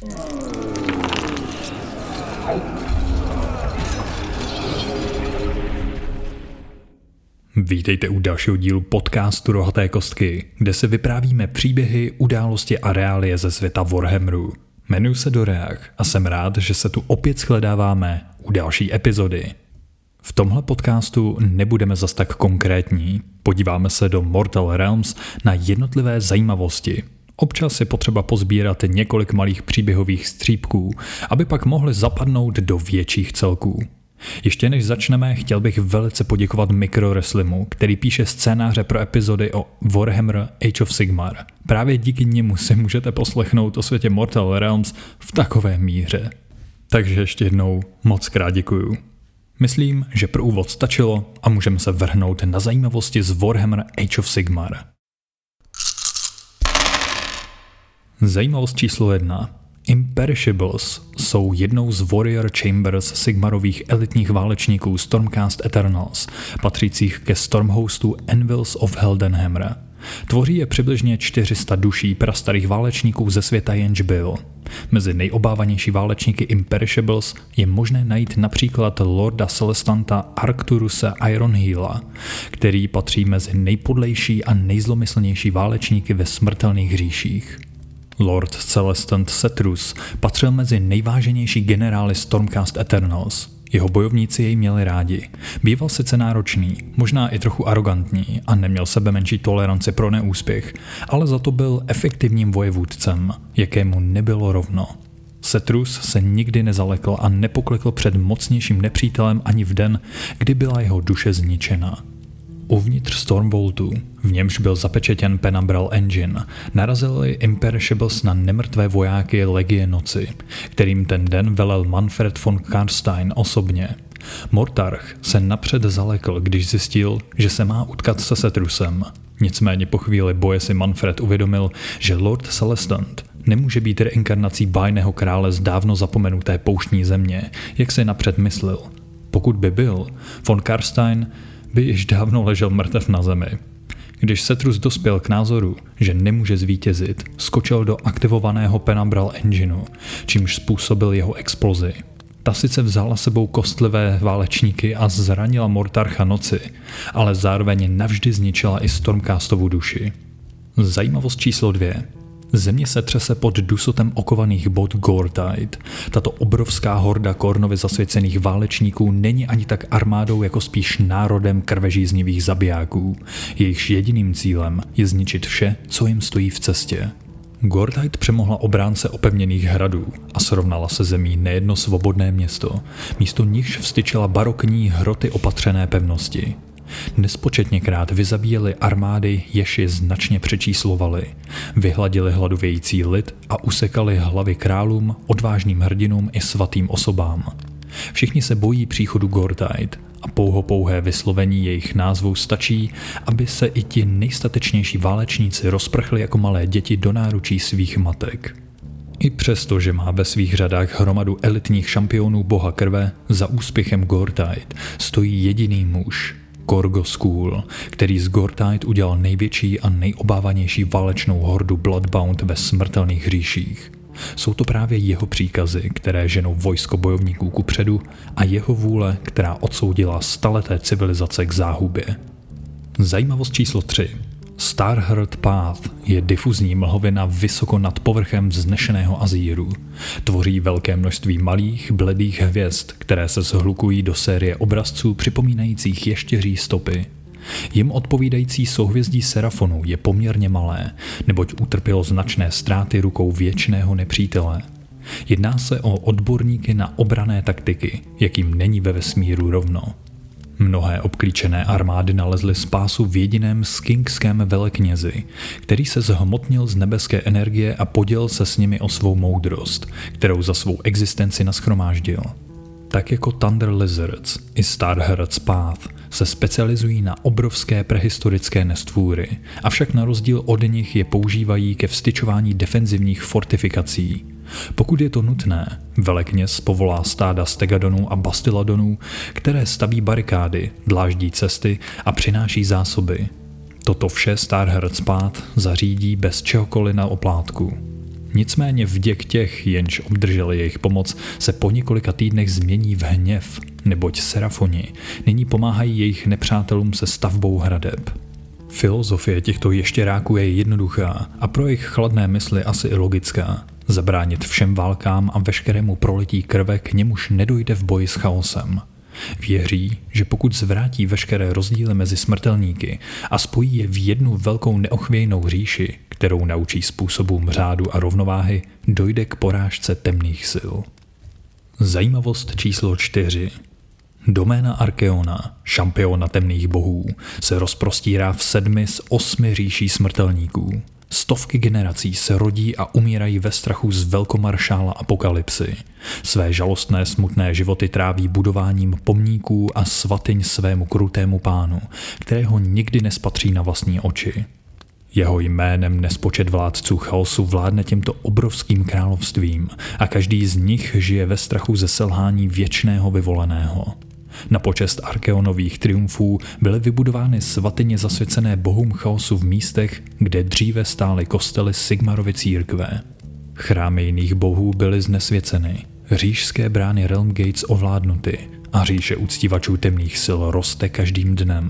Vítejte u dalšího dílu podcastu Rohaté kostky, kde se vyprávíme příběhy, události a reálie ze světa Warhammeru. Jmenuji se Doreach a jsem rád, že se tu opět shledáváme u další epizody. V tomhle podcastu nebudeme zas tak konkrétní, podíváme se do Mortal Realms na jednotlivé zajímavosti. Občas je potřeba pozbírat několik malých příběhových střípků, aby pak mohli zapadnout do větších celků. Ještě než začneme, chtěl bych velice poděkovat Microwrestlingu, který píše scénáře pro epizody o Warhammer Age of Sigmar. Právě díky němu si můžete poslechnout o světě Mortal Realms v takové míře. Takže ještě jednou moc krát děkuju. Myslím, že pro úvod stačilo a můžeme se vrhnout na zajímavosti z Warhammer Age of Sigmar. Zajímavost číslo 1. Imperishables jsou jednou z Warrior Chambers Sigmarových elitních válečníků Stormcast Eternals, patřících ke Stormhostu Anvils of Heldenhammer. Tvoří je přibližně 400 duší prastarých válečníků ze světa jenž byl. Mezi nejobávanější válečníky Imperishables je možné najít například Lorda Celestanta Arcturuse Ironheela, který patří mezi nejpodlejší a nejzlomyslnější válečníky ve smrtelných říších. Lord Celestant Cetrus patřil mezi nejváženější generály Stormcast Eternals. Jeho bojovníci jej měli rádi. Býval sice náročný, možná i trochu arrogantní a neměl sebemenší toleranci pro neúspěch, ale za to byl efektivním vojevůdcem, jakému nebylo rovno. Cetrus se nikdy nezalekl a nepoklekl před mocnějším nepřítelem ani v den, kdy byla jeho duše zničena. Uvnitř Stormvaultu, v němž byl zapečetěn Penumbral Engine, narazili Imperishables na nemrtvé vojáky Legie Noci, kterým ten den velel Manfred von Karstein osobně. Mortarch se napřed zalekl, když zjistil, že se má utkat se Cetrusem. Nicméně po chvíli boje si Manfred uvědomil, že Lord Celestant nemůže být reinkarnací bájného krále z dávno zapomenuté pouštní země, jak si napřed myslel. Pokud by byl, von Karstein by již dávno ležel mrtev na zemi. Když Cetrus dospěl k názoru, že nemůže zvítězit, skočil do aktivovaného Penumbral Engineu, čímž způsobil jeho explozi. Ta sice vzala sebou kostlivé válečníky a zranila Mortarcha Noci, ale zároveň navždy zničila i Stormcastovu duši. Zajímavost číslo 2. Země se třese pod dusotem okovaných bot Gortite. Tato obrovská horda Khornovy zasvěcených válečníků není ani tak armádou, jako spíš národem krvežíznivých zabijáků. Jejichž jediným cílem je zničit vše, co jim stojí v cestě. Gortite přemohla obránce opevněných hradů a srovnala se zemí nejedno svobodné město, místo nichž vstyčila barokní hroty opatřené pevnosti. Nespočetněkrát vyzabíjeli armády, jež je značně přečíslovali, vyhladili hladovějící lid a usekali hlavy králům, odvážným hrdinům i svatým osobám. Všichni se bojí příchodu Gortite a pouhé vyslovení jejich názvů stačí, aby se i ti nejstatečnější válečníci rozprchli jako malé děti do náručí svých matek. I přesto, že má ve svých řadách hromadu elitních šampionů boha krve, za úspěchem Gortite stojí jediný muž, Korgo Skúl, který z Gortite udělal největší a nejobávanější válečnou hordu Bloodbound ve smrtelných říších. Jsou to právě jeho příkazy, které ženou vojsko bojovníků kupředu, a jeho vůle, která odsoudila staleté civilizace k záhubě. Zajímavost číslo 3. Starheart Path je difuzní mlhovina vysoko nad povrchem vznešeného Azíru. Tvoří velké množství malých, bledých hvězd, které se shlukují do série obrazců připomínajících ještěří stopy. Jim odpovídající souhvězdí Serafonu je poměrně malé, neboť utrpělo značné ztráty rukou věčného nepřítele. Jedná se o odborníky na obranné taktiky, jakým není ve vesmíru rovno. Mnohé obklíčené armády nalezly spásu v jediném skingském veleknězi, který se zhmotnil z nebeské energie a podělil se s nimi o svou moudrost, kterou za svou existenci nashromáždil. Tak jako Thunder Lizards i Starheart's Path se specializují na obrovské prehistorické nestvůry, avšak na rozdíl od nich je používají ke vstyčování defenzivních fortifikací. Pokud je to nutné, velekněz povolá stáda stegadonů a bastiladonů, které staví barikády, dláždí cesty a přináší zásoby. Toto vše Starheart's Path zařídí bez čehokoliv na oplátku. Nicméně vděk těch, jenž obdrželi jejich pomoc, se po několika týdnech změní v hněv, neboť Serafoni nyní pomáhají jejich nepřátelům se stavbou hradeb. Filozofie těchto ještěráků je jednoduchá a pro jejich chladné mysli asi i logická. Zabránit všem válkám a veškerému prolití krve, k němuž nedojde v boji s chaosem. Věří, že pokud zvrátí veškeré rozdíly mezi smrtelníky a spojí je v jednu velkou neochvějnou říši, kterou naučí způsobům řádu a rovnováhy, dojde k porážce temných sil. Zajímavost číslo 4. Doména Arkeona, šampiona temných bohů, se rozprostírá v 7 z 8 říší smrtelníků. Stovky generací se rodí a umírají ve strachu z velkomaršála apokalypsy. Své žalostné smutné životy tráví budováním pomníků a svatyň svému krutému pánu, kterého nikdy nespatří na vlastní oči. Jeho jménem nespočet vládců chaosu vládne těmto obrovským královstvím a každý z nich žije ve strachu ze selhání věčného vyvoleného. Na počest Arkeonových triumfů byly vybudovány svatyně zasvěcené bohům chaosu v místech, kde dříve stály kostely Sigmarovy církve. Chrámy jiných bohů byly znesvěceny, říšské brány Realm Gates ovládnuty a říše uctívačů temných sil roste každým dnem.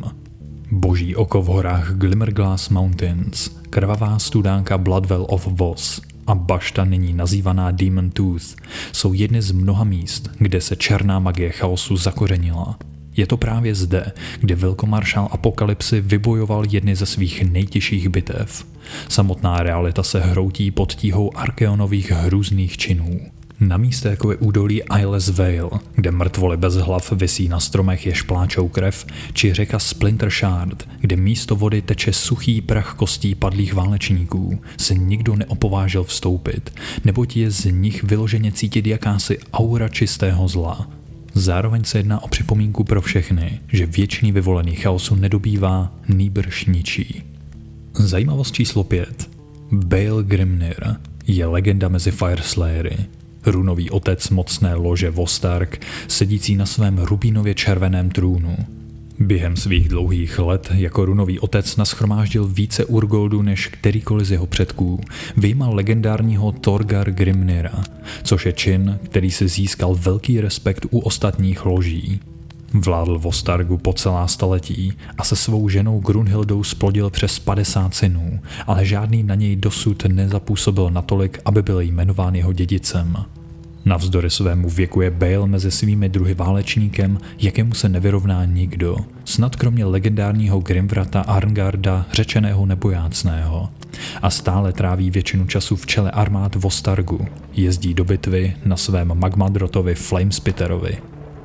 Boží oko v horách Glimmerglass Mountains, krvavá studánka Bloodwell of Voss a bašta nyní nazývaná Demon Tooth jsou jedny z mnoha míst, kde se černá magie chaosu zakořenila. Je to právě zde, kde velkomaršál apokalypsy vybojoval jedny ze svých nejtěžších bitev. Samotná realita se hroutí pod tíhou Arkeonových hrůzných činů. Na místě jako je údolí Eyeless Vale, kde mrtvoly bez hlav visí na stromech, jež pláčou krev, či řeka Splinter Shard, kde místo vody teče suchý prach kostí padlých válečníků, se nikdo neopovážil vstoupit, neboť je z nich vyloženě cítit jakási aura čistého zla. Zároveň se jedná o připomínku pro všechny, že věčný vyvolený chaosu nedobývá, nýbrž ničí. Zajímavost číslo 5. Bael Grimnir je legenda mezi Fireslayery. Runový otec mocné lože Vostark, sedící na svém rubínově červeném trůnu. Během svých dlouhých let jako runový otec nashromáždil více urgoldu než kterýkoliv z jeho předků, vyjma legendárního Thorgar Grimnira, což je čin, který si získal velký respekt u ostatních loží. Vládl Vostargu po celá staletí a se svou ženou Grunhildou splodil přes 50 synů, ale žádný na něj dosud nezapůsobil natolik, aby byl jmenován jeho dědicem. Navzdory svému věku je Bael mezi svými druhy válečníkem, jakému se nevyrovná nikdo, snad kromě legendárního Grimvrata Arngarda, řečeného nebojácného. A stále tráví většinu času v čele armád Vostargu, jezdí do bitvy na svém Magmadrotovi Flamespitterovi.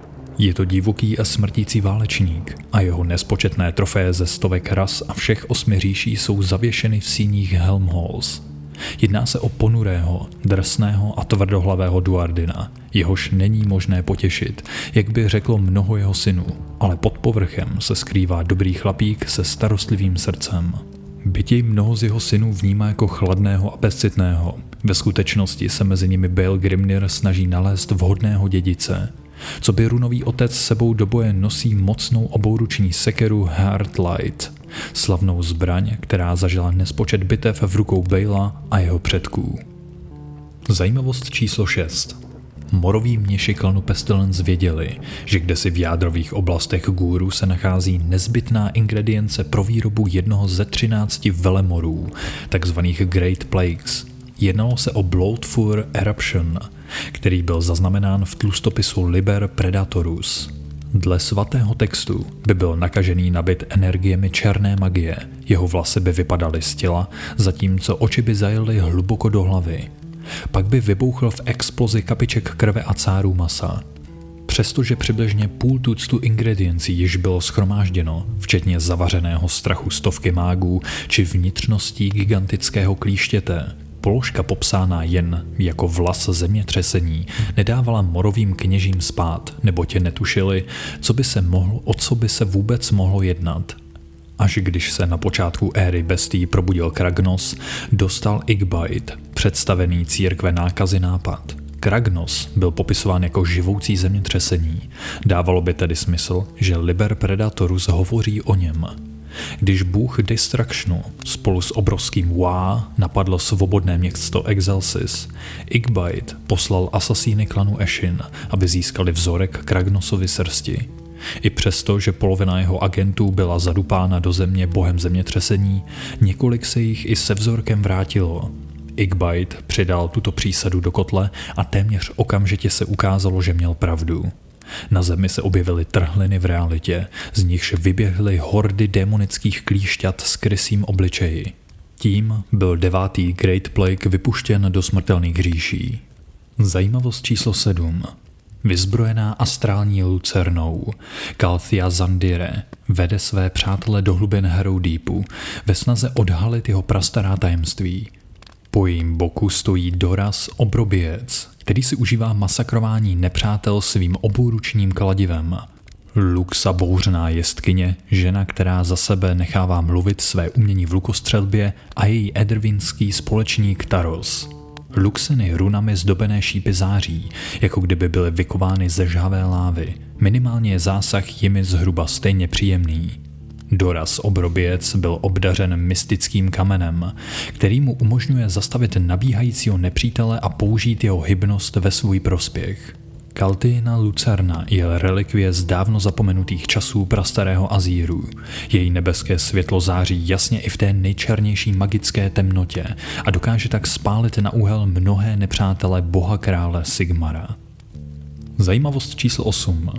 Je to divoký a smrtící válečník a jeho nespočetné trofeje ze stovek ras a všech 8 říší jsou zavěšeny v síních Helmhalls. Jedná se o ponurého, drsného a tvrdohlavého Duardina, jehož není možné potěšit, jak by řeklo mnoho jeho synů, ale pod povrchem se skrývá dobrý chlapík se starostlivým srdcem. Byť jej mnoho z jeho synů vnímá jako chladného a bezcitného, ve skutečnosti se mezi nimi Bael Grimnir snaží nalézt vhodného dědice. Co by runový otec sebou do boje nosí mocnou obouruční sekeru Heartlight, slavnou zbraň, která zažila nespočet bitev v rukou Baela a jeho předků. Zajímavost číslo 6. Moroví mniši klanu Pestilence věděli, že kdesi v jádrových oblastech Gúru se nachází nezbytná ingredience pro výrobu jednoho ze 13 velemorů, takzvaných Great Plagues. Jednalo se o Bloodfur Eruption, který byl zaznamenán v tlustopisu Liber Predatorus. Dle svatého textu by byl nakažený nabit energiemi černé magie, jeho vlasy by vypadaly z těla, zatímco oči by zajely hluboko do hlavy. Pak by vybouchl v explozi kapiček krve a cárů masa. Přestože přibližně půl tuctu ingrediencí již bylo shromážděno, včetně zavařeného strachu stovky mágů či vnitřností gigantického klíštěte, položka popsána jen jako vlas zemětřesení nedávala morovým kněžím spát, neboť netušili, o co by se vůbec mohlo jednat. Až když se na počátku éry bestií probudil Kragnos, dostal Igbite, představený církve nákazy nápad. Kragnos byl popisován jako živoucí zemětřesení. Dávalo by tedy smysl, že Liber Predatorus hovoří o něm. Když bůh Destructionu spolu s obrovským Wa napadl svobodné město Exelsis, Igbite poslal asasíny klanu Eshin, aby získali vzorek Kragnosovy srsti. I přesto, že polovina jeho agentů byla zadupána do země bohem zemětřesení, několik se jich i se vzorkem vrátilo. Igbite přidal tuto přísadu do kotle a téměř okamžitě se ukázalo, že měl pravdu. Na zemi se objevily trhliny v realitě, z nichž vyběhly hordy démonických klíšťat s krysím obličeji. Tím byl 9. Great Plague vypuštěn do smrtelných říší. Zajímavost číslo 7. Vyzbrojená astrální lucernou, Kalthia Zandire vede své přátele do hlubin Harrow Deepu ve snaze odhalit jeho prastará tajemství. Po jejím boku stojí Doras Obroběc, který si užívá masakrování nepřátel svým obouručním kladivem. Luxa bouřná jestkyně, žena, která za sebe nechává mluvit své umění v lukostřelbě, a její edrvinský společník Taros. Luxeny runami zdobené šípy září, jako kdyby byly vykovány ze žhavé lávy. Minimálně je zásah jimi zhruba stejně příjemný. Doras Obroběc byl obdařen mystickým kamenem, který mu umožňuje zastavit nabíhajícího nepřítele a použít jeho hybnost ve svůj prospěch. Kaltiina Lucerna je relikvie z dávno zapomenutých časů prastarého Azíru. Její nebeské světlo září jasně i v té nejčernější magické temnotě a dokáže tak spálit na úhel mnohé nepřátele boha krále Sigmara. Zajímavost číslo 8.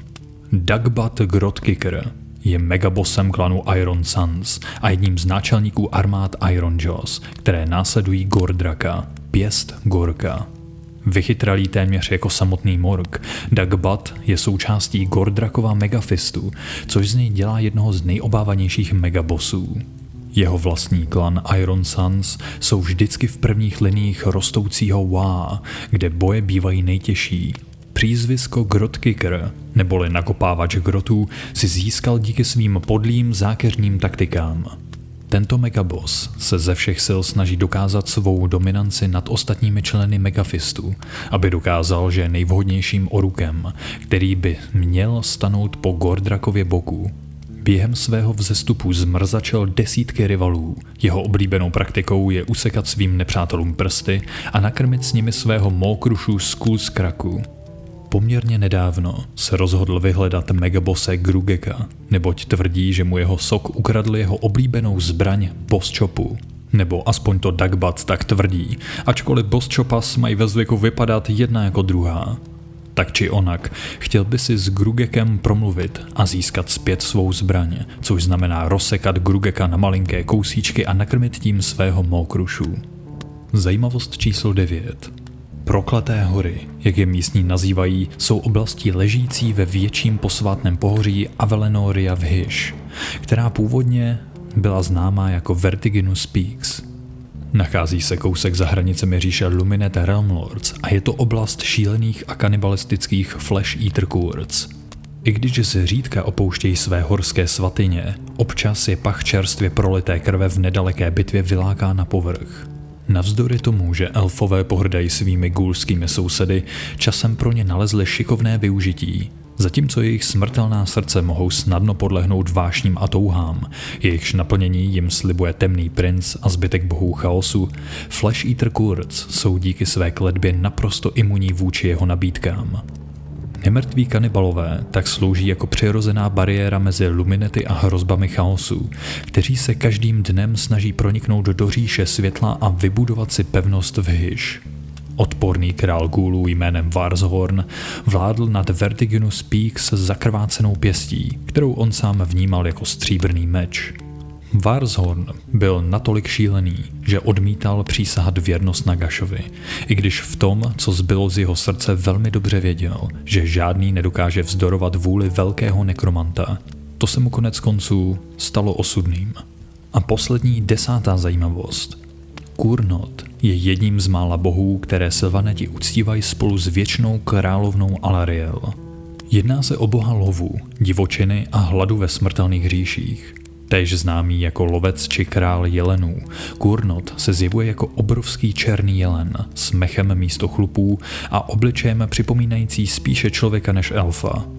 Dagbat Grotkicker je megabossem klanu Iron Suns a jedním z náčelníků armád Iron Jaws, které následují Gordraka, pěst Gorka. Vychytralý téměř jako samotný Morg, Dagbat je součástí Gordrakova megafistu, což z něj dělá jednoho z nejobávanějších megabossů. Jeho vlastní klan Iron Suns jsou vždycky v prvních liniích rostoucího Wa, kde boje bývají nejtěžší. Přízvisko Grotkicker, neboli nakopávač grotů, si získal díky svým podlým zákeřným taktikám. Tento megaboss se ze všech sil snaží dokázat svou dominanci nad ostatními členy megafistu, aby dokázal, že je nejvhodnějším orukem, který by měl stanout po Gordrakově boku. Během svého vzestupu zmrzačil desítky rivalů. Jeho oblíbenou praktikou je usekat svým nepřátelům prsty a nakrmit s nimi svého Maw-Crushu Skullscraku. Poměrně nedávno se rozhodl vyhledat megabose Grugeka, neboť tvrdí, že mu jeho sok ukradl jeho oblíbenou zbraň Boss Chopu. Nebo aspoň to Dagbat tak tvrdí, ačkoliv Boss Chopas mají ve zvyku vypadat jedna jako druhá. Tak či onak, chtěl by si s Grugekem promluvit a získat zpět svou zbraň, což znamená rozsekat Grugeka na malinké kousíčky a nakrmit tím svého Maw-Crushu. Zajímavost číslo 9. Proklaté hory, jak je místní nazývají, jsou oblasti ležící ve větším posvátném pohoří Avelenoria v Hyš, která původně byla známá jako Vertiginous Peaks. Nachází se kousek za hranicemi říše Lumineth Realmlords a je to oblast šílených a kanibalistických Flesh Eater Kurds. I když zřídka opouštějí své horské svatyně, občas je pach čerstvě prolité krve v nedaleké bitvě vyláká na povrch. Navzdory tomu, že elfové pohrdají svými ghoulskými sousedy, časem pro ně nalezli šikovné využití. Zatímco jejich smrtelná srdce mohou snadno podlehnout vášním a touhám, jejichž naplnění jim slibuje temný princ a zbytek bohů chaosu, Flesh Eater Kurds jsou díky své kletbě naprosto imunní vůči jeho nabídkám. Nemrtví kanibalové tak slouží jako přirozená bariéra mezi luminety a hrozbami chaosu, kteří se každým dnem snaží proniknout do říše světla a vybudovat si pevnost v Hyš. Odporný král ghoulů jménem Varshorn vládl nad Vertiginous Peaks s zakrvácenou pěstí, kterou on sám vnímal jako stříbrný meč. Varshorn byl natolik šílený, že odmítal přísahat věrnost Nagashovi, i když v tom, co zbylo z jeho srdce, velmi dobře věděl, že žádný nedokáže vzdorovat vůli velkého nekromanta. To se mu konec konců stalo osudným. A poslední 10. zajímavost. Kurnot je jedním z mála bohů, které Sylvaneti uctívají spolu s věčnou královnou Alariel. Jedná se o boha lovu, divočiny a hladu ve smrtelných říších. Též známý jako lovec či král jelenů, Kurnot se zjevuje jako obrovský černý jelen s mechem místo chlupů a obličejem připomínající spíše člověka než elfa.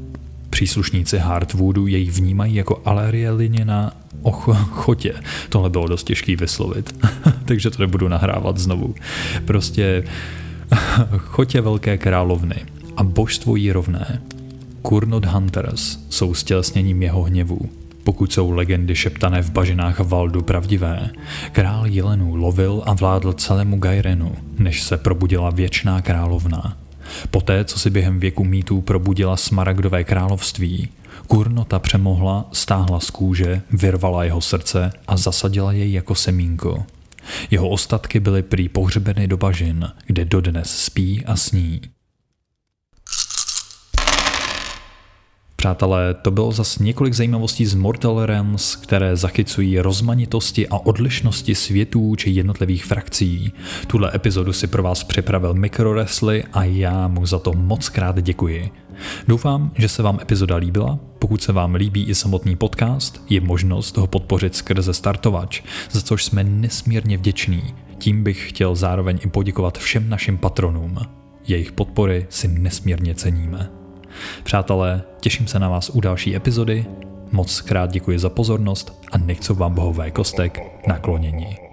Příslušníci Heartwoodu jej vnímají jako Alerielině na Chotě. Tohle bylo dost těžký vyslovit, takže to nebudu nahrávat znovu. Prostě Chotě Velké královny a božstvo jí rovné. Cournot Hunters jsou stělesněním jeho hněvu. Pokud jsou legendy šeptané v bažinách Valdu pravdivé, král jelenů lovil a vládl celému Gairenu, než se probudila věčná královna. Poté, co si během věku mýtů probudila Smaragdové království, Cournota přemohla, stáhla z kůže, vyrvala jeho srdce a zasadila jej jako semínko. Jeho ostatky byly prý pohřbeny do bažin, kde dodnes spí a sní. Přátelé, to bylo zas několik zajímavostí z Mortal Realms, které zachycují rozmanitosti a odlišnosti světů či jednotlivých frakcí. Tuhle epizodu si pro vás připravil Mikroresly a já mu za to moc krát děkuji. Doufám, že se vám epizoda líbila. Pokud se vám líbí i samotný podcast, je možnost ho podpořit skrze Startovač, za což jsme nesmírně vděční. Tím bych chtěl zároveň i poděkovat všem našim patronům. Jejich podpory si nesmírně ceníme. Přátelé, těším se na vás u další epizody, moc krát děkuji za pozornost a nechci vám bohové kostek nakloněni.